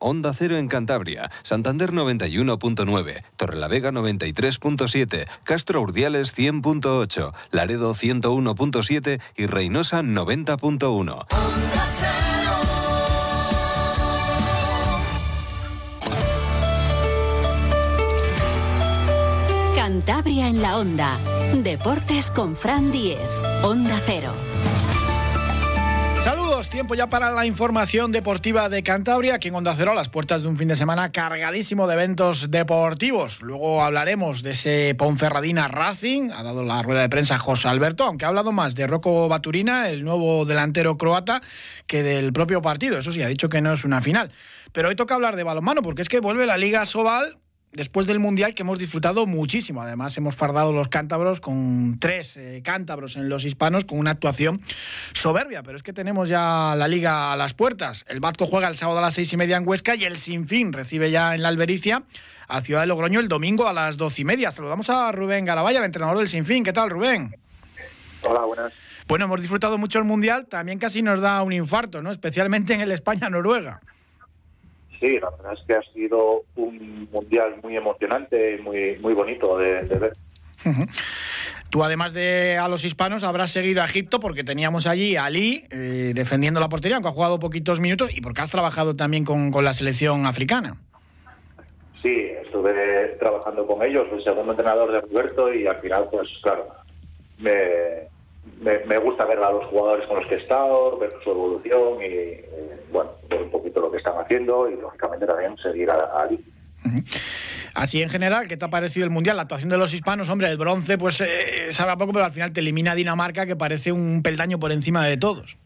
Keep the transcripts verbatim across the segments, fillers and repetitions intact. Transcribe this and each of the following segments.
Onda Cero en Cantabria, Santander noventa y uno punto nueve, Torrelavega noventa y tres punto siete, Castro Urdiales cien punto ocho, Laredo ciento uno punto siete y Reynosa noventa punto uno. Cantabria en la Onda. Deportes con Fran Diez. Onda Cero. Saludos, tiempo ya para la información deportiva de Cantabria, aquí en Onda Cero, a las puertas de un fin de semana cargadísimo de eventos deportivos. Luego hablaremos de ese Ponferradina Racing, ha dado la rueda de prensa José Alberto, aunque ha hablado más de Rocco Baturina, el nuevo delantero croata, que del propio partido. Eso sí, ha dicho que no es una final. Pero hoy toca hablar de balonmano, porque es que vuelve la Liga Sobal después del Mundial, que hemos disfrutado muchísimo. Además, hemos fardado los cántabros con tres eh, cántabros en los hispanos, con una actuación soberbia. Pero es que tenemos ya la Liga a las puertas. El Batco juega el sábado a las seis y media en Huesca y el Sinfín recibe ya en la Albericia a Ciudad de Logroño el domingo a las doce y media. Saludamos a Rubén Garabaya, el entrenador del Sinfín. ¿Qué tal, Rubén? Hola, buenas. Bueno, hemos disfrutado mucho el Mundial. También casi nos da un infarto, ¿no? Especialmente en el España-Noruega. Sí, la verdad es que ha sido un mundial muy emocionante y muy, muy bonito de, de ver. Uh-huh. Tú, además de a los hispanos, habrás seguido a Egipto porque teníamos allí a Ali eh, defendiendo la portería, aunque ha jugado poquitos minutos, y porque has trabajado también con, con la selección africana. Sí, estuve trabajando con ellos, el segundo entrenador de Roberto, y al final, pues claro, me, me, me gusta ver a los jugadores con los que he estado, ver su evolución y, eh, bueno, ver un poquito lo que están haciendo y, lógicamente, también seguir a, a Ali. Uh-huh. Así, en general, ¿qué te ha parecido el Mundial? La actuación de los hispanos, hombre, el bronce, pues eh, sabe a poco, pero al final te elimina Dinamarca, que parece un peldaño por encima de todos.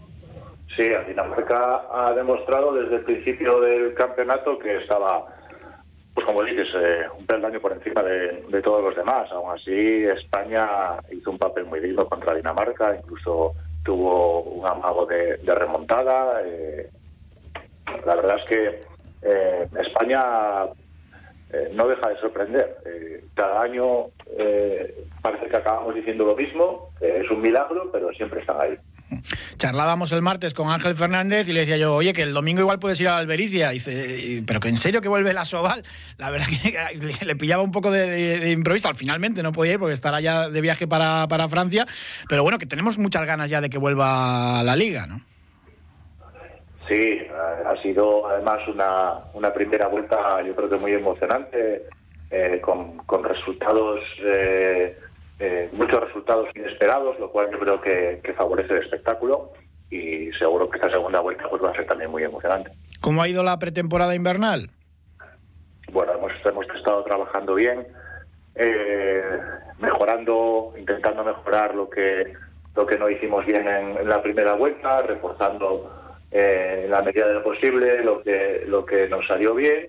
Sí, Dinamarca ha demostrado desde el principio del campeonato que estaba, pues como dices, eh, un peldaño por encima de, de todos los demás. Aún así, España hizo un papel muy digno contra Dinamarca, incluso tuvo un amago de, de remontada. Eh, la verdad es que eh, España eh, no deja de sorprender. Eh, cada año eh, parece que acabamos diciendo lo mismo, eh, es un milagro, pero siempre están ahí. Charlábamos el martes con Ángel Fernández y le decía yo, oye, que el domingo igual puedes ir a la Albericia. Y dice, pero que en serio que vuelve la Sobal. La verdad que le pillaba un poco de, de, de improviso. Al finalmente no podía ir porque estará ya de viaje para, para Francia. Pero bueno, que tenemos muchas ganas ya de que vuelva la Liga, ¿no? Sí, ha sido además una, una primera vuelta, yo creo que muy emocionante, eh, con, con resultados... Eh, Eh, muchos resultados inesperados, lo cual yo creo que, que favorece el espectáculo, y seguro que esta segunda vuelta pues va a ser también muy emocionante. ¿Cómo ha ido la pretemporada invernal? Bueno, hemos, hemos estado trabajando bien, eh, mejorando, intentando mejorar lo que lo que no hicimos bien en, en la primera vuelta, reforzando eh, en la medida de lo posible lo que lo que nos salió bien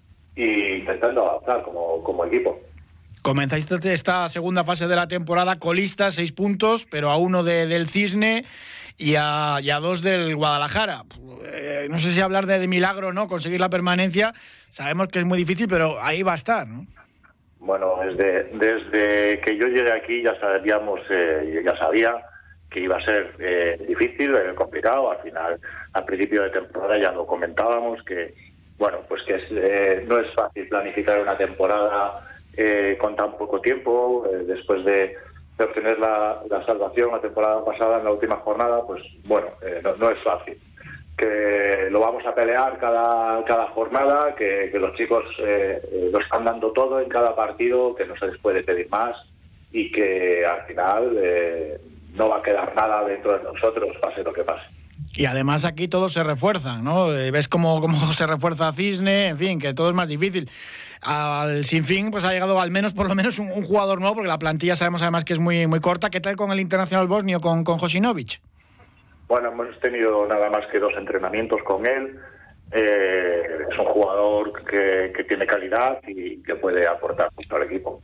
e intentando avanzar como, como equipo. Comenzáis esta segunda fase de la temporada colistas, seis puntos, pero a uno de, del Cisne y a, y a dos del Guadalajara. Eh, no sé si hablar de, de milagro, ¿no? Conseguir la permanencia, sabemos que es muy difícil, pero ahí va a estar, ¿no? Bueno, desde, desde que yo llegué aquí ya sabíamos, eh, ya sabía que iba a ser eh, difícil, eh, complicado. Al final, al principio de temporada ya lo comentábamos, que bueno, pues que es, eh, no es fácil planificar una temporada Eh, con tan poco tiempo, eh, después de, de obtener la, la salvación la temporada pasada en la última jornada, pues bueno, eh, no, no es fácil. Que lo vamos a pelear cada, cada jornada, que, que los chicos eh, eh, lo están dando todo en cada partido, que no se les puede pedir más y que al final eh, no va a quedar nada dentro de nosotros, pase lo que pase. Y además aquí todos se refuerzan, ¿no? Eh, ves cómo, cómo se refuerza Cisne, en fin, que todo es más difícil. Al Sinfín pues ha llegado al menos, por lo menos, un, un jugador nuevo, porque la plantilla sabemos además que es muy muy corta. ¿Qué tal con el internacional bosnio, con, con Josinovic? Bueno, hemos tenido nada más que dos entrenamientos con él. Eh, es un jugador que, que tiene calidad y que puede aportar mucho al equipo.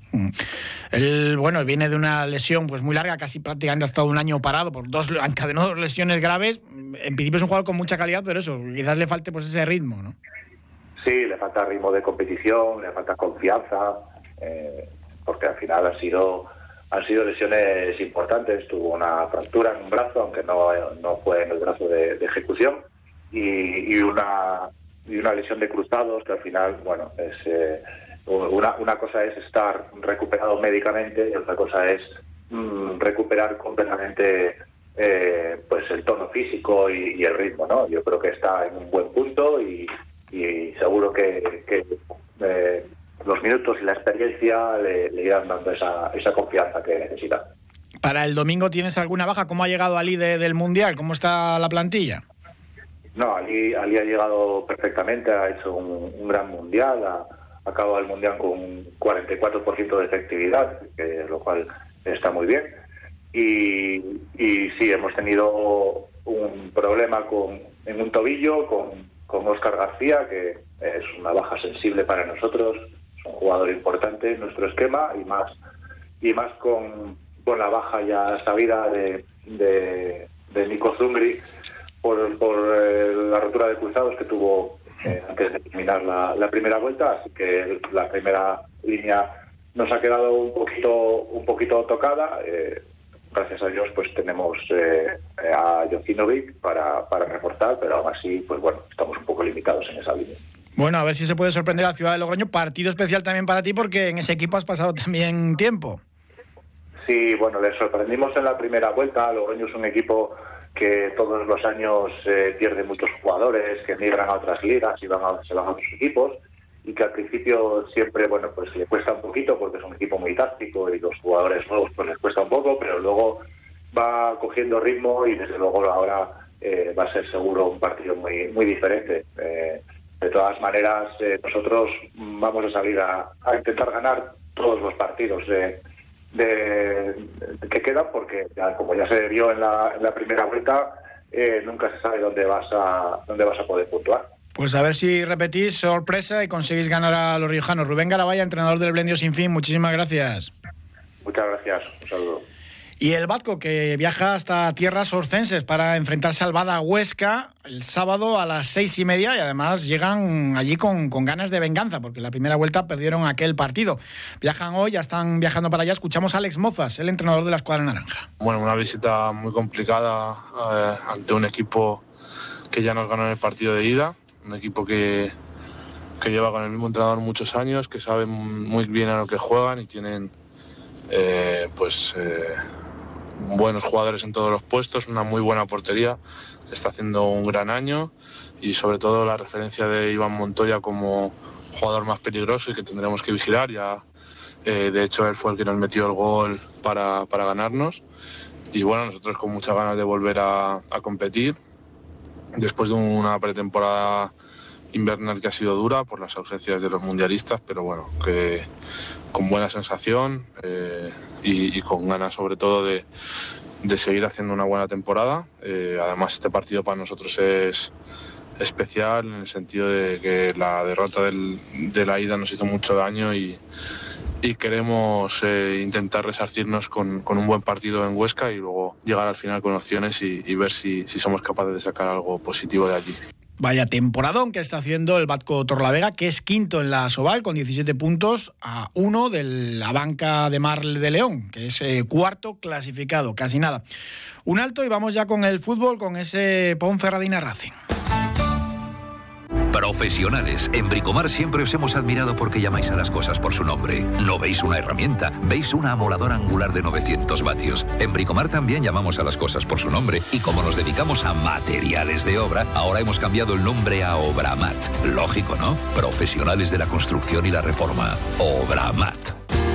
Él, bueno, viene de una lesión pues muy larga, casi prácticamente ha estado un año parado, por dos, encadenó dos lesiones graves. En principio es un jugador con mucha calidad, pero eso, quizás le falte pues ese ritmo, ¿no? Sí, le falta ritmo de competición, le falta confianza, eh, porque al final ha sido, han sido lesiones importantes. Tuvo una fractura en un brazo, aunque no, no fue en el brazo de, de ejecución, y, y una, y una lesión de cruzados que al final, bueno, es eh, una, una cosa es estar recuperado médicamente y otra cosa es mm, recuperar completamente eh, pues el tono físico y, y el ritmo, ¿no? Yo creo que está en un buen punto y, y seguro que, que eh, los minutos y la experiencia le, le irán dando esa, esa confianza que necesita. Para el domingo, ¿tienes alguna baja? ¿Cómo ha llegado Ali de, del Mundial? ¿Cómo está la plantilla? No, Ali, Ali ha llegado perfectamente, ha hecho un, un gran Mundial, ha, ha acabado el Mundial con un cuarenta y cuatro por ciento de efectividad, que, lo cual está muy bien. Y, y sí, hemos tenido un problema con, en un tobillo con, con Óscar García, que es una baja sensible para nosotros, es un jugador importante en nuestro esquema y más, y más con... con la baja ya sabida de, de, de Nico Zungri por, por eh, la rotura de cruzados que tuvo eh, antes de terminar la, la primera vuelta, así que la primera línea nos ha quedado un poquito un poquito tocada. Eh, gracias a Dios pues tenemos eh, a Jocinovic para, para reforzar, pero aún así pues bueno, estamos un poco limitados en esa línea. Bueno, a ver si se puede sorprender a la ciudad de Logroño. Partido especial también para ti porque en ese equipo has pasado también tiempo. Sí, bueno, les sorprendimos en la primera vuelta. Logroño es un equipo que todos los años eh, pierde muchos jugadores, que migran a otras ligas y van a, se van a otros equipos, y que al principio siempre, bueno, pues le cuesta un poquito porque es un equipo muy táctico y los jugadores nuevos pues les cuesta un poco, pero luego va cogiendo ritmo y desde luego ahora eh, va a ser seguro un partido muy muy diferente. Eh, de todas maneras, eh, nosotros vamos a salir a, a intentar ganar todos los partidos de De, de que quedan, porque ya, como ya se vio en la, en la primera vuelta, eh, nunca se sabe dónde vas a dónde vas a poder puntuar. Pues a ver si repetís sorpresa y conseguís ganar a los riojanos. Rubén Garabaya, entrenador del Blendio Sin Fin, muchísimas gracias. Muchas gracias, un saludo. Y el Batco, que viaja hasta tierras orcenses para enfrentarse al Bada Huesca el sábado a las seis y media, y además llegan allí con, con ganas de venganza, porque la primera vuelta perdieron aquel partido. Viajan hoy, ya están viajando para allá. Escuchamos a Alex Mozas, el entrenador de la escuadra naranja. Bueno, una visita muy complicada eh, ante un equipo que ya nos ganó en el partido de ida, un equipo que, que lleva con el mismo entrenador muchos años, que saben muy bien a lo que juegan y tienen eh, pues... Eh, buenos jugadores en todos los puestos, una muy buena portería, que está haciendo un gran año, y sobre todo la referencia de Iván Montoya como jugador más peligroso y que tendremos que vigilar. Ya eh, de hecho él fue el que nos metió el gol para, para ganarnos, y bueno, nosotros con muchas ganas de volver a, a competir después de una pretemporada invernal que ha sido dura por las ausencias de los mundialistas, pero bueno, que con buena sensación eh, y, y con ganas sobre todo de, de seguir haciendo una buena temporada. Eh, además, este partido para nosotros es especial en el sentido de que la derrota del, de la ida nos hizo mucho daño y, y queremos eh, intentar resarcirnos con, con un buen partido en Huesca y luego llegar al final con opciones y, y ver si, si somos capaces de sacar algo positivo de allí. Vaya temporadón que está haciendo el Batco Torlavega, que es quinto en la Sobal con diecisiete puntos a uno de la banca de Mar de León, que es eh, cuarto clasificado, casi nada. Un alto y vamos ya con el fútbol, con ese Ponferradina Racing. Profesionales. En Bricomar siempre os hemos admirado porque llamáis a las cosas por su nombre. No veis una herramienta, veis una amoladora angular de novecientos vatios. En Bricomar también llamamos a las cosas por su nombre, y como nos dedicamos a materiales de obra, ahora hemos cambiado el nombre a Obramat. Lógico, ¿no? Profesionales de la construcción y la reforma. Obramat.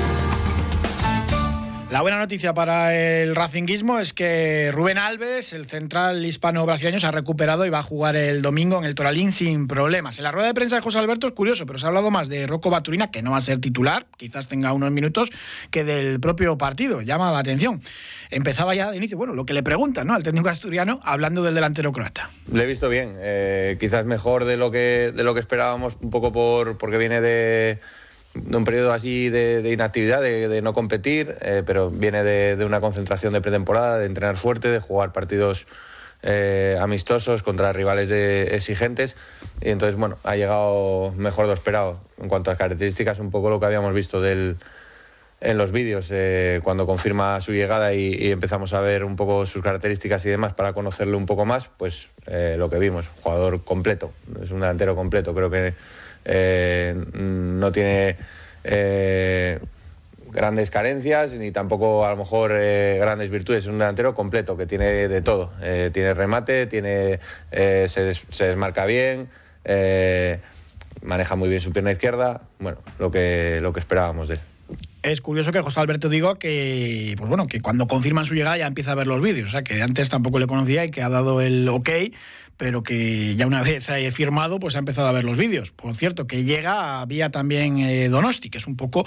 La buena noticia para el racinguismo es que Rubén Alves, el central hispano-brasileño, se ha recuperado y va a jugar el domingo en el Toralín sin problemas. En la rueda de prensa de José Alberto es curioso, pero se ha hablado más de Rocco Baturina, que no va a ser titular, quizás tenga unos minutos, que del propio partido. Llama la atención. Empezaba ya de inicio, bueno, lo que le preguntan, ¿no?, al técnico asturiano, hablando del delantero croata. Le he visto bien, eh, quizás mejor de lo que de lo que esperábamos, un poco por porque viene de... de un periodo así de, de inactividad, de, de no competir, eh, pero viene de, de una concentración de pretemporada, de entrenar fuerte, de jugar partidos eh, amistosos contra rivales de, exigentes, y entonces, bueno, ha llegado mejor de lo esperado. En cuanto a las características, un poco lo que habíamos visto del, en los vídeos, eh, cuando confirma su llegada y, y empezamos a ver un poco sus características y demás para conocerle un poco más, pues eh, lo que vimos, jugador completo, es un delantero completo, creo que eh, no tiene eh, grandes carencias ni tampoco a lo mejor eh, grandes virtudes, es un delantero completo que tiene de todo, eh, tiene remate, tiene eh, se, des, se desmarca bien, eh, maneja muy bien su pierna izquierda, bueno, lo que, lo que esperábamos de él. Es curioso que José Alberto diga que, pues bueno, que cuando confirman su llegada ya empieza a ver los vídeos, o sea, que antes tampoco le conocía y que ha dado el ok, pero que ya una vez haya firmado, pues ha empezado a ver los vídeos. Por cierto, que llega vía también eh, Donosti, que es un poco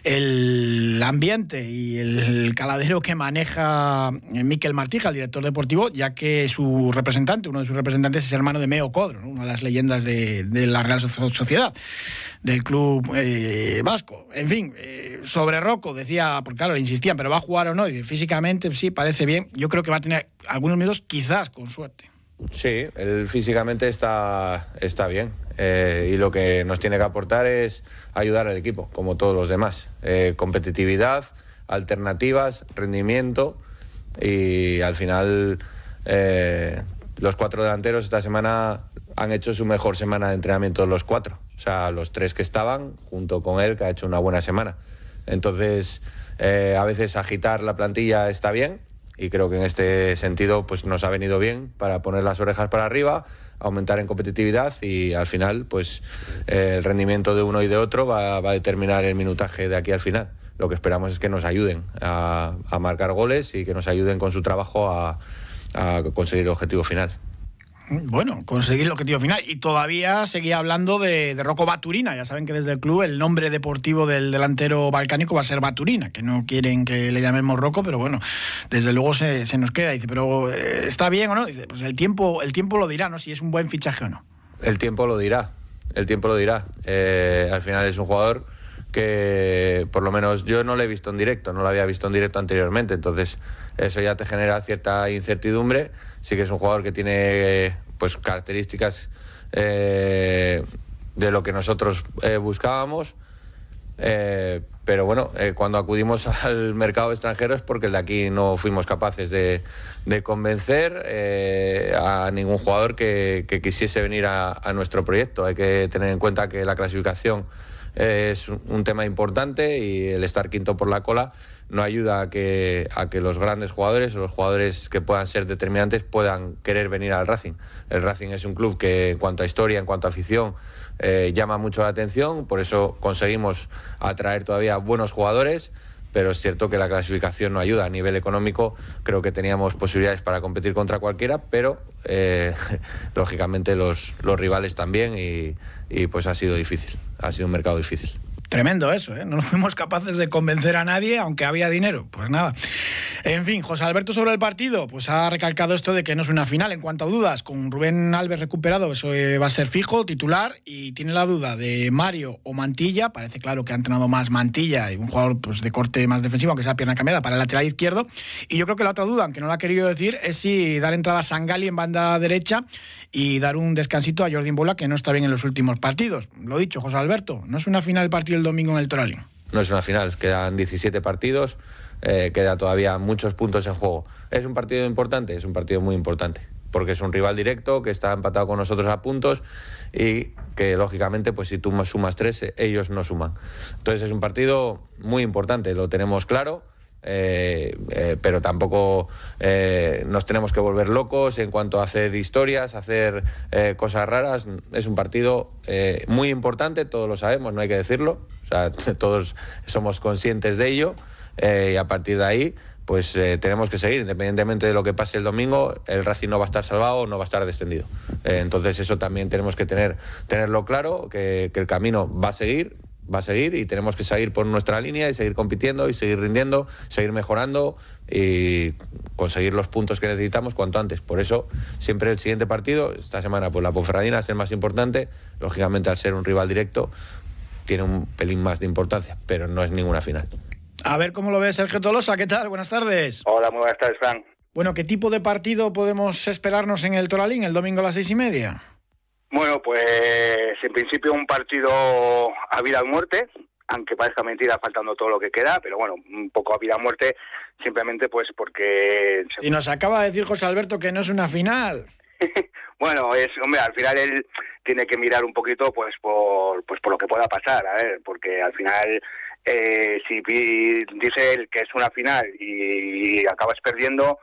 el ambiente y el caladero que maneja Mikel Martija, el director deportivo, ya que su representante, uno de sus representantes, es hermano de Meo Codro, ¿no? Una de las leyendas de, de la Real Sociedad, del club eh, vasco. En fin, eh, sobre Rocco decía, porque claro, le insistían, pero ¿va a jugar o no? Y dice, físicamente sí, parece bien. Yo creo que va a tener algunos minutos, quizás con suerte. Sí, él físicamente está, está bien eh, y lo que nos tiene que aportar es ayudar al equipo, como todos los demás. Eh, competitividad, alternativas, rendimiento y al final eh, los cuatro delanteros esta semana han hecho su mejor semana de entrenamiento los cuatro. O sea, los tres que estaban junto con él, que ha hecho una buena semana. Entonces, eh, a veces agitar la plantilla está bien. Y creo que en este sentido pues nos ha venido bien para poner las orejas para arriba, aumentar en competitividad y al final pues eh, el rendimiento de uno y de otro va, va a determinar el minutaje de aquí al final. Lo que esperamos es que nos ayuden a, a marcar goles y que nos ayuden con su trabajo a, a conseguir el objetivo final. Bueno, conseguir el objetivo final. Y todavía seguía hablando de, de Rocco Baturina. Ya saben que desde el club el nombre deportivo del delantero balcánico va a ser Baturina, que no quieren que le llamemos Rocco, pero bueno, desde luego se, se nos queda. Dice, pero eh, ¿está bien o no? Dice, pues el tiempo, el tiempo lo dirá, ¿no? Si es un buen fichaje o no. El tiempo lo dirá, el tiempo lo dirá. Eh, al final es un jugador que por lo menos yo no lo he visto en directo, no lo había visto en directo anteriormente, entonces eso ya te genera cierta incertidumbre. Sí que es un jugador que tiene pues características eh, de lo que nosotros eh, buscábamos, eh, pero bueno, eh, cuando acudimos al mercado extranjero es porque el de aquí no fuimos capaces de, de convencer eh, a ningún jugador que, que quisiese venir a, a nuestro proyecto. Hay que tener en cuenta que la clasificación es un tema importante y el estar quinto por la cola no ayuda a que, a que los grandes jugadores o los jugadores que puedan ser determinantes puedan querer venir al Racing. El Racing es un club que en cuanto a historia, en cuanto a afición, eh, llama mucho la atención, por eso conseguimos atraer todavía buenos jugadores, pero es cierto que la clasificación no ayuda. A nivel económico creo que teníamos posibilidades para competir contra cualquiera, pero eh, lógicamente los, los rivales también y, y pues ha sido difícil, ha sido un mercado difícil. Tremendo eso, ¿eh? No fuimos capaces de convencer a nadie, aunque había dinero. Pues nada. En fin, José Alberto sobre el partido, pues ha recalcado esto de que no es una final. En cuanto a dudas, con Rubén Alves recuperado, eso va a ser fijo, titular, y tiene la duda de Mario o Mantilla. Parece claro que ha entrenado más Mantilla, y un jugador pues de corte más defensivo, aunque sea pierna cambiada, para el lateral izquierdo. Y yo creo que la otra duda, aunque no la ha querido decir, es si dar entrada a Sangali en banda derecha y dar un descansito a Jordi Bola, que no está bien en los últimos partidos. Lo dicho, José Alberto, no es una final el partido el domingo en el Toralín. No es una final, quedan diecisiete partidos, eh, queda todavía muchos puntos en juego. ¿Es un partido importante? Es un partido muy importante, porque es un rival directo que está empatado con nosotros a puntos y que lógicamente pues si tú sumas tres, ellos no suman. Entonces es un partido muy importante, lo tenemos claro. Eh, eh, pero tampoco eh, nos tenemos que volver locos en cuanto a hacer historias, hacer eh, cosas raras. Es un partido eh, muy importante, todos lo sabemos, no hay que decirlo, o sea, todos somos conscientes de ello, eh, y a partir de ahí pues eh, tenemos que seguir, independientemente de lo que pase el domingo. El Racing no va a estar salvado, no va a estar descendido, eh, entonces eso también tenemos que tener, tenerlo claro, que, que el camino va a seguir va a seguir y tenemos que seguir por nuestra línea y seguir compitiendo y seguir rindiendo, seguir mejorando y conseguir los puntos que necesitamos cuanto antes. Por eso siempre el siguiente partido, esta semana pues la Ponferradina es el más importante, lógicamente al ser un rival directo tiene un pelín más de importancia, pero no es ninguna final. A ver cómo lo ve Sergio Tolosa, ¿qué tal? Buenas tardes. Hola, muy buenas tardes, Fran. Bueno, ¿qué tipo de partido podemos esperarnos en el Toralín el domingo a las seis y media? Bueno, pues en principio un partido a vida o muerte, aunque parezca mentira, faltando todo lo que queda, pero bueno, un poco a vida o muerte, simplemente pues porque... Y nos acaba de decir José Alberto que no es una final. Bueno, es, hombre, al final él tiene que mirar un poquito pues por pues por lo que pueda pasar, a ver, porque al final eh, si dice él que es una final y, y acabas perdiendo,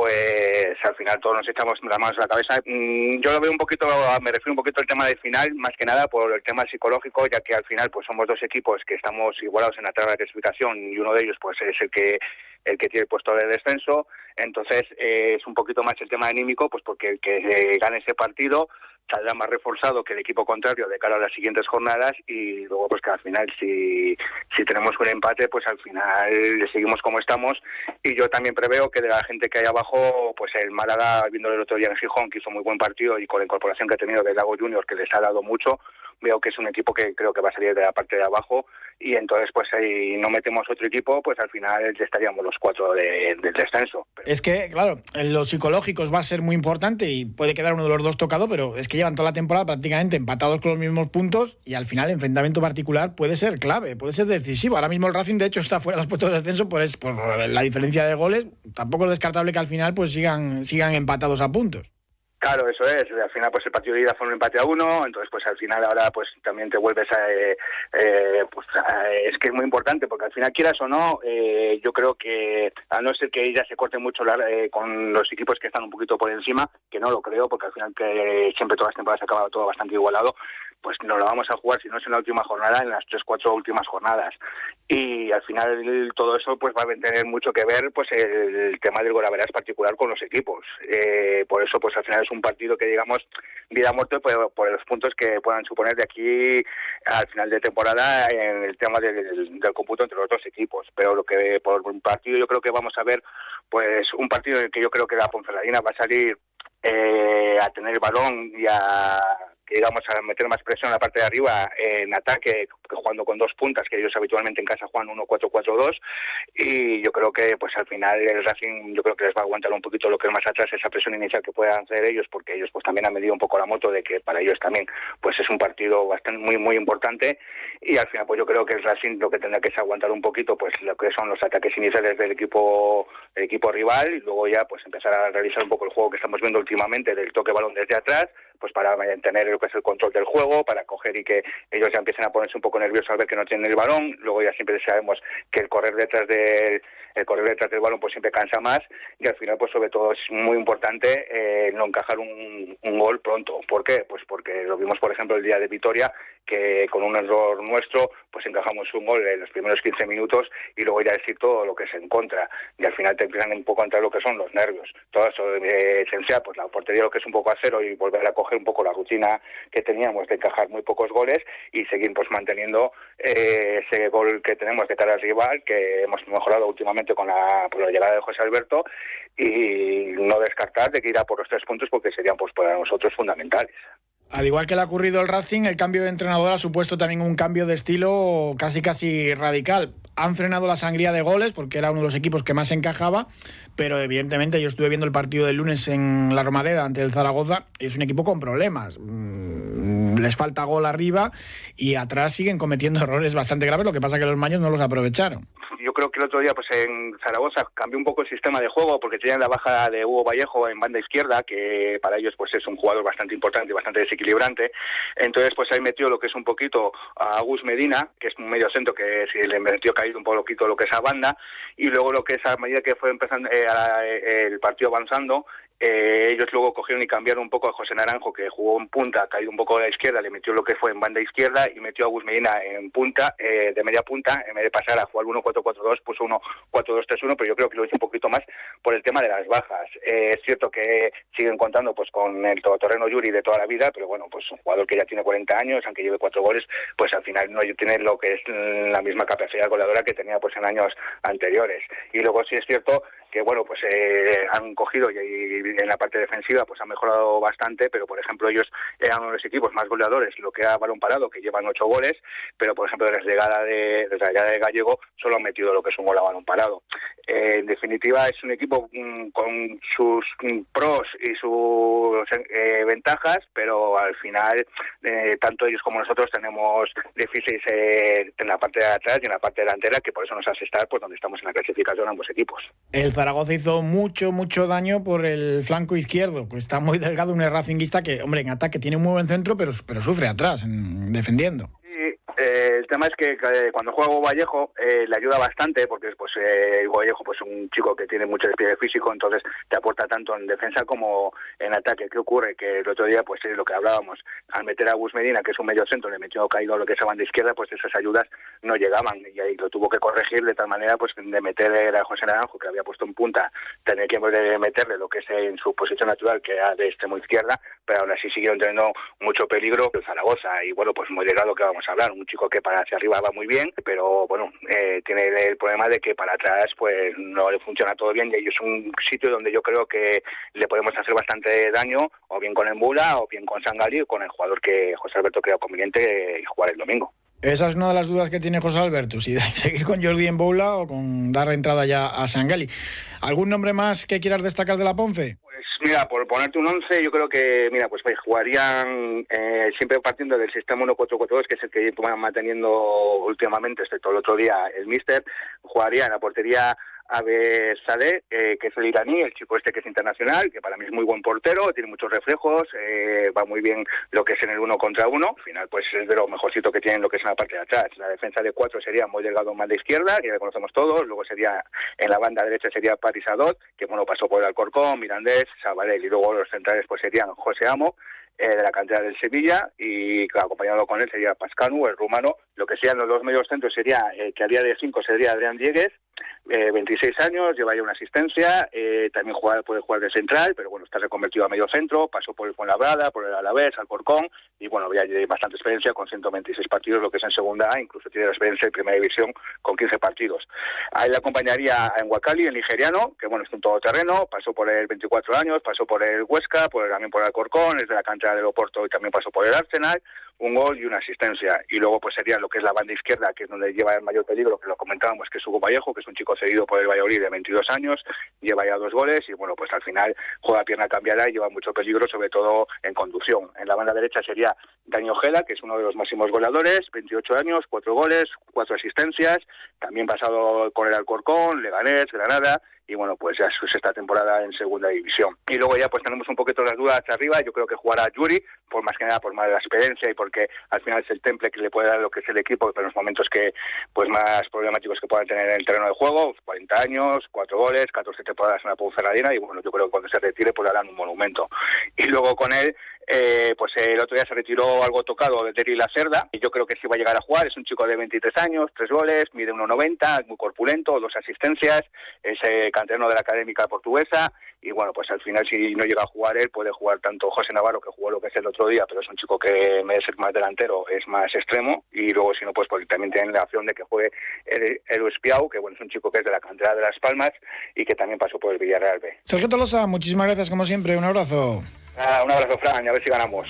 pues al final todos nos echamos las manos a la cabeza. Yo lo veo un poquito, me refiero un poquito al tema del final, más que nada por el tema psicológico, ya que al final pues somos dos equipos que estamos igualados en la tabla de clasificación y uno de ellos pues es el que el que tiene el puesto de descenso. Entonces eh, es un poquito más el tema anímico, pues porque el que eh, gane ese partido saldrá más reforzado que el equipo contrario de cara a las siguientes jornadas, y luego pues que al final si si tenemos un empate pues al final seguimos como estamos. Y yo también preveo que de la gente que hay abajo, pues el Málaga, viendo el otro día en Gijón, que hizo muy buen partido, y con la incorporación que ha tenido del Lago Junior, que les ha dado mucho, veo que es un equipo que creo que va a salir de la parte de abajo, y entonces pues si no metemos otro equipo, pues al final ya estaríamos los cuatro de, del descenso. Pero... Es que, claro, en los psicológicos va a ser muy importante y puede quedar uno de los dos tocado, pero es que llevan toda la temporada prácticamente empatados con los mismos puntos, y al final el enfrentamiento particular puede ser clave, puede ser decisivo. Ahora mismo el Racing de hecho está fuera de los puestos de descenso por, es, por la diferencia de goles. Tampoco es descartable que al final pues sigan, sigan empatados a puntos. Claro, eso es. Al final, pues el partido de ida fue un empate a uno, entonces, pues al final ahora, pues también te vuelves a, eh, eh, pues a, es que es muy importante, porque al final, quieras o no, eh, yo creo que a no ser que ella se corte mucho la, eh, con los equipos que están un poquito por encima, que no lo creo, porque al final que siempre todas las temporadas ha acabado todo bastante igualado, pues nos lo vamos a jugar, si no es en la última jornada, en las tres, cuatro últimas jornadas. Y al final todo eso pues va a tener mucho que ver pues el, el tema del golaveraje particular con los equipos. Eh, por eso pues al final es un partido que digamos vida o muerte por, por los puntos que puedan suponer de aquí al final de temporada en el tema del, del, del cómputo entre los dos equipos. Pero lo que por un partido yo creo que vamos a ver pues un partido en el que yo creo que la Ponferradina va a salir eh, a tener el balón y a que digamos a meter más presión en la parte de arriba en ataque, jugando con dos puntas, que ellos habitualmente en casa juegan uno cuatro cuatro dos, y yo creo que pues al final el Racing yo creo que les va a aguantar un poquito lo que es más atrás, esa presión inicial que puedan hacer ellos, porque ellos pues también han medido un poco la moto de que para ellos también pues es un partido bastante muy muy importante, y al final pues yo creo que el Racing lo que tendrá que es aguantar un poquito pues lo que son los ataques iniciales del equipo del equipo rival, y luego ya pues empezar a realizar un poco el juego que estamos viendo últimamente del toque balón desde atrás, pues para mantener lo que es el control del juego, para coger y que ellos ya empiecen a ponerse un poco nerviosos al ver que no tienen el balón. Luego ya siempre sabemos que el correr detrás del el correr detrás del balón pues siempre cansa más, y al final pues sobre todo es muy importante eh, no encajar un, un gol pronto. ¿Por qué? Pues porque lo vimos por ejemplo el día de Vitoria, que con un error nuestro pues encajamos un gol en los primeros quince minutos y luego ya decir todo lo que es en contra, y al final te empiezan un poco a entrar lo que son los nervios. Todo eso eh, esencial, pues la portería lo que es un poco a cero y volver a coger un poco la rutina que teníamos de encajar muy pocos goles y seguir pues manteniendo eh, ese gol que tenemos de cara al rival, que hemos mejorado últimamente con la, por la llegada de José Alberto, y no descartar de que irá por los tres puntos porque serían pues para nosotros fundamentales. Al igual que le ha ocurrido al Racing, el cambio de entrenador ha supuesto también un cambio de estilo casi casi radical. Han frenado la sangría de goles porque era uno de los equipos que más encajaba, pero evidentemente yo estuve viendo el partido del lunes en la Romareda ante el Zaragoza y es un equipo con problemas. Les falta gol arriba y atrás siguen cometiendo errores bastante graves, lo que pasa que los maños no los aprovecharon. Yo creo que el otro día pues en Zaragoza cambió un poco el sistema de juego porque tenían la baja de Hugo Vallejo en banda izquierda, que para ellos pues es un jugador bastante importante y bastante desequilibrante. Entonces pues ahí metió lo que es un poquito a Agus Medina, que es un medio centro que si le metió caído un poquito lo que es a banda, y luego lo que es a medida que fue empezando eh, a, eh, el partido avanzando, Eh, ellos luego cogieron y cambiaron un poco a José Naranjo, que jugó en punta, caído un poco a la izquierda, le metió lo que fue en banda izquierda y metió a Gus Medina en punta, eh, de media punta, en vez de pasar a jugar uno cuatro cuatro dos, puso uno cuatro dos tres uno, pero yo creo que lo hizo un poquito más por el tema de las bajas. Eh, es cierto que siguen contando pues con el todoterreno Yuri de toda la vida, pero bueno, pues un jugador que ya tiene cuarenta años, aunque lleve cuatro goles, pues al final no tiene lo que es la misma capacidad goleadora que tenía pues en años anteriores. Y luego sí es cierto que bueno, pues eh, han cogido y, y en la parte defensiva pues han mejorado bastante, pero por ejemplo ellos eran uno de los equipos más goleadores, lo que ha balón parado, que llevan ocho goles, pero por ejemplo desde la llegada de, desde la llegada de Gallego solo han metido lo que es un gol a balón parado. Eh, en definitiva es un equipo mm, con sus mm, pros y sus eh, ventajas, pero al final eh, tanto ellos como nosotros tenemos déficits eh, en la parte de atrás y en la parte delantera, que por eso nos hace estar pues donde estamos en la clasificación ambos equipos. El Zaragoza hizo mucho, mucho daño por el flanco izquierdo, que está muy delgado, un racinguista que, hombre, en ataque tiene un muy buen centro, pero, pero sufre atrás, en, defendiendo. Sí, eh, el tema es que eh, cuando juega Hugo Vallejo eh, le ayuda bastante, porque pues eh, Hugo Vallejo pues un chico que tiene mucho despliegue físico, entonces te aporta tanto en defensa como en ataque. ¿Qué ocurre? Que el otro día, pues es lo que hablábamos, al meter a Gus Medina, que es un medio centro, le metió caído lo que es a banda izquierda, pues esas ayudas no llegaban, y ahí lo tuvo que corregir de tal manera pues de meter a José Naranjo, que había puesto en punta, tener que meterle lo que es en su posición natural, que era de extremo izquierda, pero aún así siguieron teniendo mucho peligro el Zaragoza, y bueno, pues muy delgado que vamos a hablar, un chico que para hacia arriba va muy bien, pero bueno, eh, tiene el problema de que para atrás pues no le funciona todo bien, y es un sitio donde yo creo que le podemos hacer bastante daño, o bien con Embula, o bien con Sangali, o con el jugador que José Alberto crea conveniente eh, jugar el domingo. Esa es una de las dudas que tiene José Alberto, si seguir con Jordi Embula o con dar entrada ya a Sangali. ¿Algún nombre más que quieras destacar de la Ponfe? Pues mira, por ponerte un once, yo creo que, mira, pues, pues jugarían eh, siempre partiendo del sistema uno cuatro cuatro dos, que es el que van manteniendo últimamente, excepto el otro día el míster. Jugaría en la portería Abe Saleh, eh, que es el iraní, el chico este que es internacional, que para mí es muy buen portero, tiene muchos reflejos, eh, va muy bien lo que es en el uno contra uno. Al final pues es de lo mejorcito que tienen lo que es en la parte de atrás. La defensa de cuatro sería muy delgado en banda izquierda, que ya conocemos todos. Luego sería en la banda derecha sería Paris Adot, que bueno, pasó por el Alcorcón, Mirandés, Sabadell, y luego los centrales pues serían José Amo, Eh, de la cantera del Sevilla, y claro, acompañado con él sería Pascanu, el rumano. Lo que sean los dos medios centros sería, eh, que haría de cinco sería Adrián Diegues, eh, veintiséis años, lleva ya una asistencia, eh, también juega, puede jugar de central, pero bueno, está reconvertido a medio centro, pasó por el Fuenlabrada, por el Alavés, Alcorcón, y bueno, ya tiene bastante experiencia con ciento veintiséis partidos, lo que es en segunda A, incluso tiene la experiencia en primera división con quince partidos. A él le acompañaría a Enwakali, el nigeriano, que bueno, es un todoterreno, pasó por el veinticuatro años, pasó por el Huesca, por el, también por el Alcorcón, es de la cantera del Oporto y también pasó por el Arsenal, un gol y una asistencia. Y luego pues sería lo que es la banda izquierda, que es donde lleva el mayor peligro, que lo comentábamos, que es Hugo Vallejo, que es un chico cedido por el Valladolid de veintidós años, lleva ya dos goles y bueno, pues al final juega pierna cambiada y lleva mucho peligro, sobre todo en conducción. En la banda derecha sería Dani Ojeda, que es uno de los máximos goleadores, veintiocho años, cuatro goles, cuatro asistencias, también pasado con el Alcorcón, Leganés, Granada, y bueno, pues ya es su sexta temporada en segunda división. Y luego ya pues tenemos un poquito las dudas hacia arriba. Yo creo que jugará Yuri, por más que nada por más de la experiencia y porque al final es el temple que le puede dar lo que es el equipo en los momentos que pues más problemáticos que puedan tener en el terreno de juego. cuarenta años, cuatro goles, catorce temporadas en la Ponferradina, y bueno, yo creo que cuando se retire pues harán un monumento. Y luego con él Eh, pues eh, el otro día se retiró algo tocado de Derry Lacerda, y yo creo que sí va a llegar a jugar. Es un chico de veintitrés años, tres goles, mide uno noventa, muy corpulento, dos asistencias, es eh, canterano de la Académica Portuguesa, y bueno, pues al final si no llega a jugar él, puede jugar tanto José Navarro, que jugó lo que es el otro día, pero es un chico que en vez de ser más delantero es más extremo, y luego si no, pues, pues también tienen la opción de que juegue el, el Espiau, que bueno, es un chico que es de la cantera de Las Palmas y que también pasó por el Villarreal B. Sergio Tolosa, muchísimas gracias como siempre, un abrazo. Ah, un abrazo, Fran, a ver si ganamos.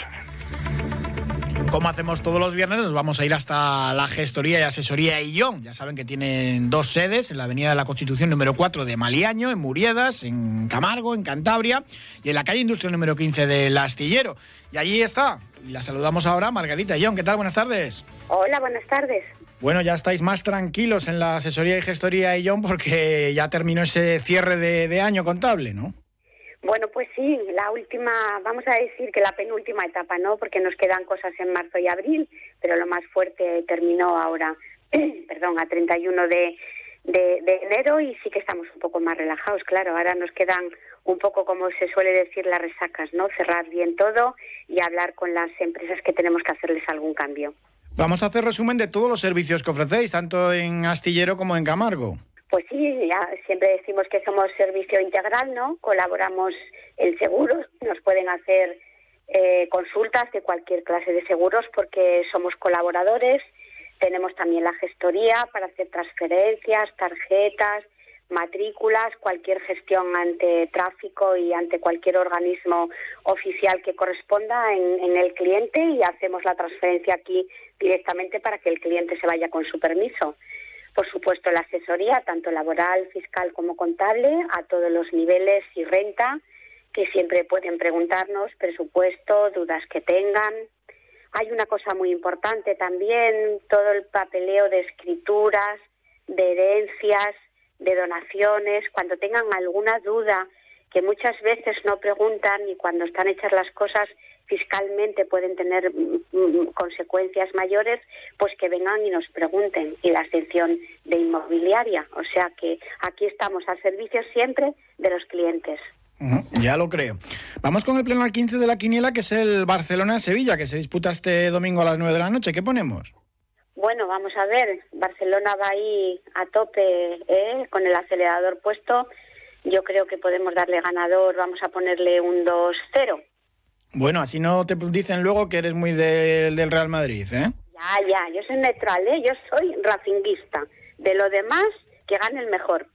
Como hacemos todos los viernes, nos vamos a ir hasta la gestoría y asesoría Illón. Ya saben que tienen dos sedes, en la Avenida de la Constitución número cuatro de Maliaño, en Muriedas, en Camargo, en Cantabria, y en la calle Industrial número quince del Astillero. Y allí está, y la saludamos ahora, Margarita Illón. ¿Qué tal? Buenas tardes. Hola, buenas tardes. Bueno, ya estáis más tranquilos en la asesoría y gestoría Illón porque ya terminó ese cierre de, de año contable, ¿no? Bueno, pues sí, la última, vamos a decir que la penúltima etapa, ¿no? Porque nos quedan cosas en marzo y abril, pero lo más fuerte terminó ahora, perdón, a treinta y uno de, de, de enero, y sí que estamos un poco más relajados, claro. Ahora nos quedan un poco, como se suele decir, las resacas, ¿no? Cerrar bien todo y hablar con las empresas que tenemos que hacerles algún cambio. Vamos a hacer resumen de todos los servicios que ofrecéis, tanto en Astillero como en Camargo. Pues sí, ya siempre decimos que somos servicio integral, ¿no? Colaboramos en seguros, nos pueden hacer eh, consultas de cualquier clase de seguros porque somos colaboradores. Tenemos también la gestoría para hacer transferencias, tarjetas, matrículas, cualquier gestión ante tráfico y ante cualquier organismo oficial que corresponda en, en el cliente, y hacemos la transferencia aquí directamente para que el cliente se vaya con su permiso. Por supuesto, la asesoría, tanto laboral, fiscal como contable, a todos los niveles y renta, que siempre pueden preguntarnos, presupuesto, dudas que tengan. Hay una cosa muy importante también, todo el papeleo de escrituras, de herencias, de donaciones, cuando tengan alguna duda, que muchas veces no preguntan, y cuando están hechas las cosas fiscalmente pueden tener mm, consecuencias mayores, pues que vengan y nos pregunten, y la exención de inmobiliaria. O sea que aquí estamos al servicio siempre de los clientes. Uh-huh, ya lo creo. Vamos con el pleno al quince de la quiniela, que es el Barcelona-Sevilla, que se disputa este domingo a las nueve de la noche. ¿Qué ponemos? Bueno, vamos a ver, Barcelona va ahí a tope, ¿eh? Con el acelerador puesto. Yo creo que podemos darle ganador, vamos a ponerle un dos cero. Bueno, así no te dicen luego que eres muy de, del Real Madrid, ¿eh? Ya, ya, yo soy neutral, ¿eh? Yo soy racinguista. De lo demás, que gane el mejor.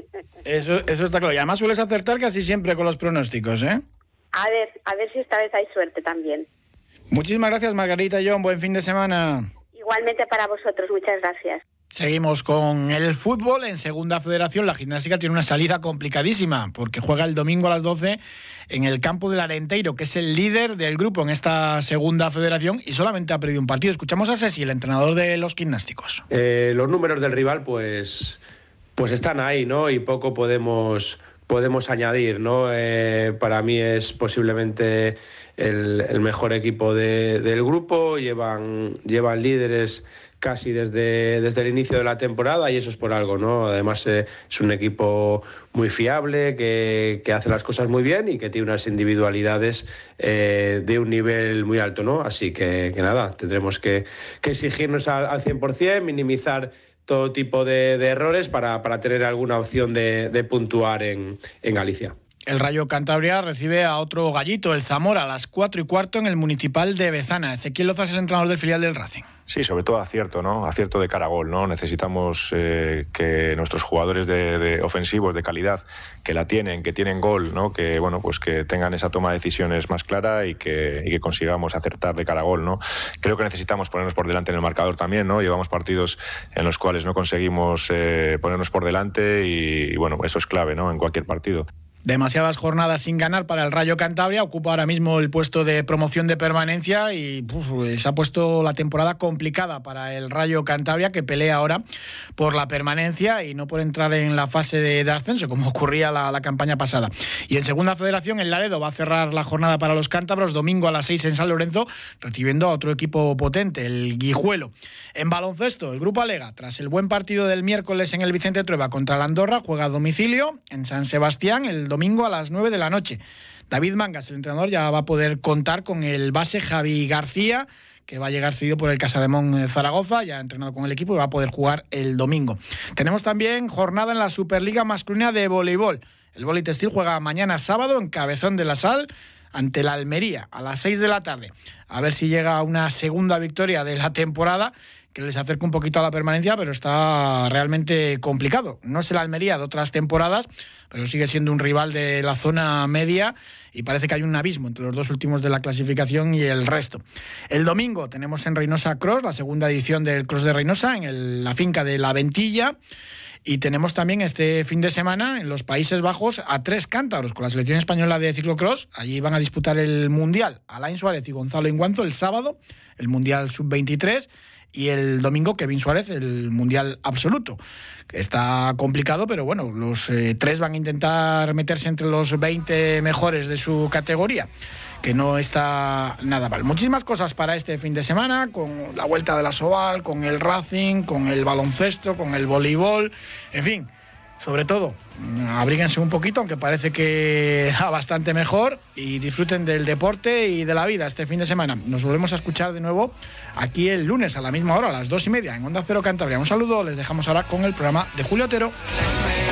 Eso, eso está claro. Y además sueles acertar casi siempre con los pronósticos, ¿eh? A ver, a ver si esta vez hay suerte también. Muchísimas gracias, Margarita y John. Buen fin de semana. Igualmente para vosotros, muchas gracias. Seguimos con el fútbol. En Segunda Federación, la Gimnástica tiene una salida complicadísima, porque juega el domingo a las doce en el campo del Arenteiro, que es el líder del grupo en esta Segunda Federación, y solamente ha perdido un partido. Escuchamos a Ceci, el entrenador de los gimnásticos. Eh, los números del rival, pues, pues están ahí, ¿no? Y poco podemos, podemos añadir, ¿no? Eh, para mí es posiblemente el, el mejor equipo de, del grupo. Llevan, llevan líderes casi desde, desde el inicio de la temporada, y eso es por algo, ¿no? Además eh, es un equipo muy fiable, que, que hace las cosas muy bien y que tiene unas individualidades eh, de un nivel muy alto, ¿no? Así que, que nada, tendremos que, que exigirnos al, al cien por ciento, minimizar todo tipo de, de errores para, para tener alguna opción de, de puntuar en, en Galicia. El Rayo Cantabria recibe a otro gallito, el Zamora, a las cuatro y cuarto en el Municipal de Bezana. Ezequiel Loza es el entrenador del filial del Racing. Sí, sobre todo acierto, ¿no? Acierto de cara a gol, ¿no? Necesitamos eh, que nuestros jugadores de, de ofensivos de calidad, que la tienen, que tienen gol, ¿no? Que, bueno, pues que tengan esa toma de decisiones más clara y que, y que consigamos acertar de cara a gol, ¿no? Creo que necesitamos ponernos por delante en el marcador también, ¿no? Llevamos partidos en los cuales no conseguimos eh, ponernos por delante y, y, bueno, eso es clave, ¿no? En cualquier partido. Demasiadas jornadas sin ganar para el Rayo Cantabria, ocupa ahora mismo el puesto de promoción de permanencia y uf, se ha puesto la temporada complicada para el Rayo Cantabria, que pelea ahora por la permanencia y no por entrar en la fase de, de ascenso, como ocurría la, la campaña pasada. Y en Segunda Federación, el Laredo va a cerrar la jornada para los cántabros domingo a las seis en San Lorenzo, recibiendo a otro equipo potente, el Guijuelo. En baloncesto, el Grupo Alega, tras el buen partido del miércoles en el Vicente Trueba contra la Andorra, juega a domicilio en San Sebastián el domingo a las nueve de la noche. David Mangas, el entrenador, ya va a poder contar con el base Javi García, que va a llegar cedido por el Casademón Zaragoza, ya ha entrenado con el equipo y va a poder jugar el domingo. Tenemos también jornada en la Superliga masculina de voleibol. El Vóley Textil juega mañana sábado en Cabezón de la Sal ante la Almería a las seis de la tarde. A ver si llega una segunda victoria de la temporada, que les acerca un poquito a la permanencia, pero está realmente complicado. No es el Almería de otras temporadas, pero sigue siendo un rival de la zona media y parece que hay un abismo entre los dos últimos de la clasificación y el resto. El domingo tenemos en Reynosa Cross, la segunda edición del Cross de Reynosa, en el, la finca de La Ventilla. Y tenemos también este fin de semana en los Países Bajos a tres cántabros con la selección española de ciclocross. Allí van a disputar el Mundial Alain Suárez y Gonzalo Inguanzo el sábado, el Mundial sub veintitrés, y el domingo Kevin Suárez, el Mundial absoluto. Está complicado, pero bueno, los eh, tres van a intentar meterse entre los veinte mejores de su categoría, que no está nada mal. Muchísimas cosas para este fin de semana, con la Vuelta de la Soval, con el Racing, con el baloncesto, con el voleibol, en fin. Sobre todo, abríguense un poquito, aunque parece que va bastante mejor, y disfruten del deporte y de la vida este fin de semana. Nos volvemos a escuchar de nuevo aquí el lunes a la misma hora, a las dos y media, en Onda Cero Cantabria. Un saludo, les dejamos ahora con el programa de Julio Otero.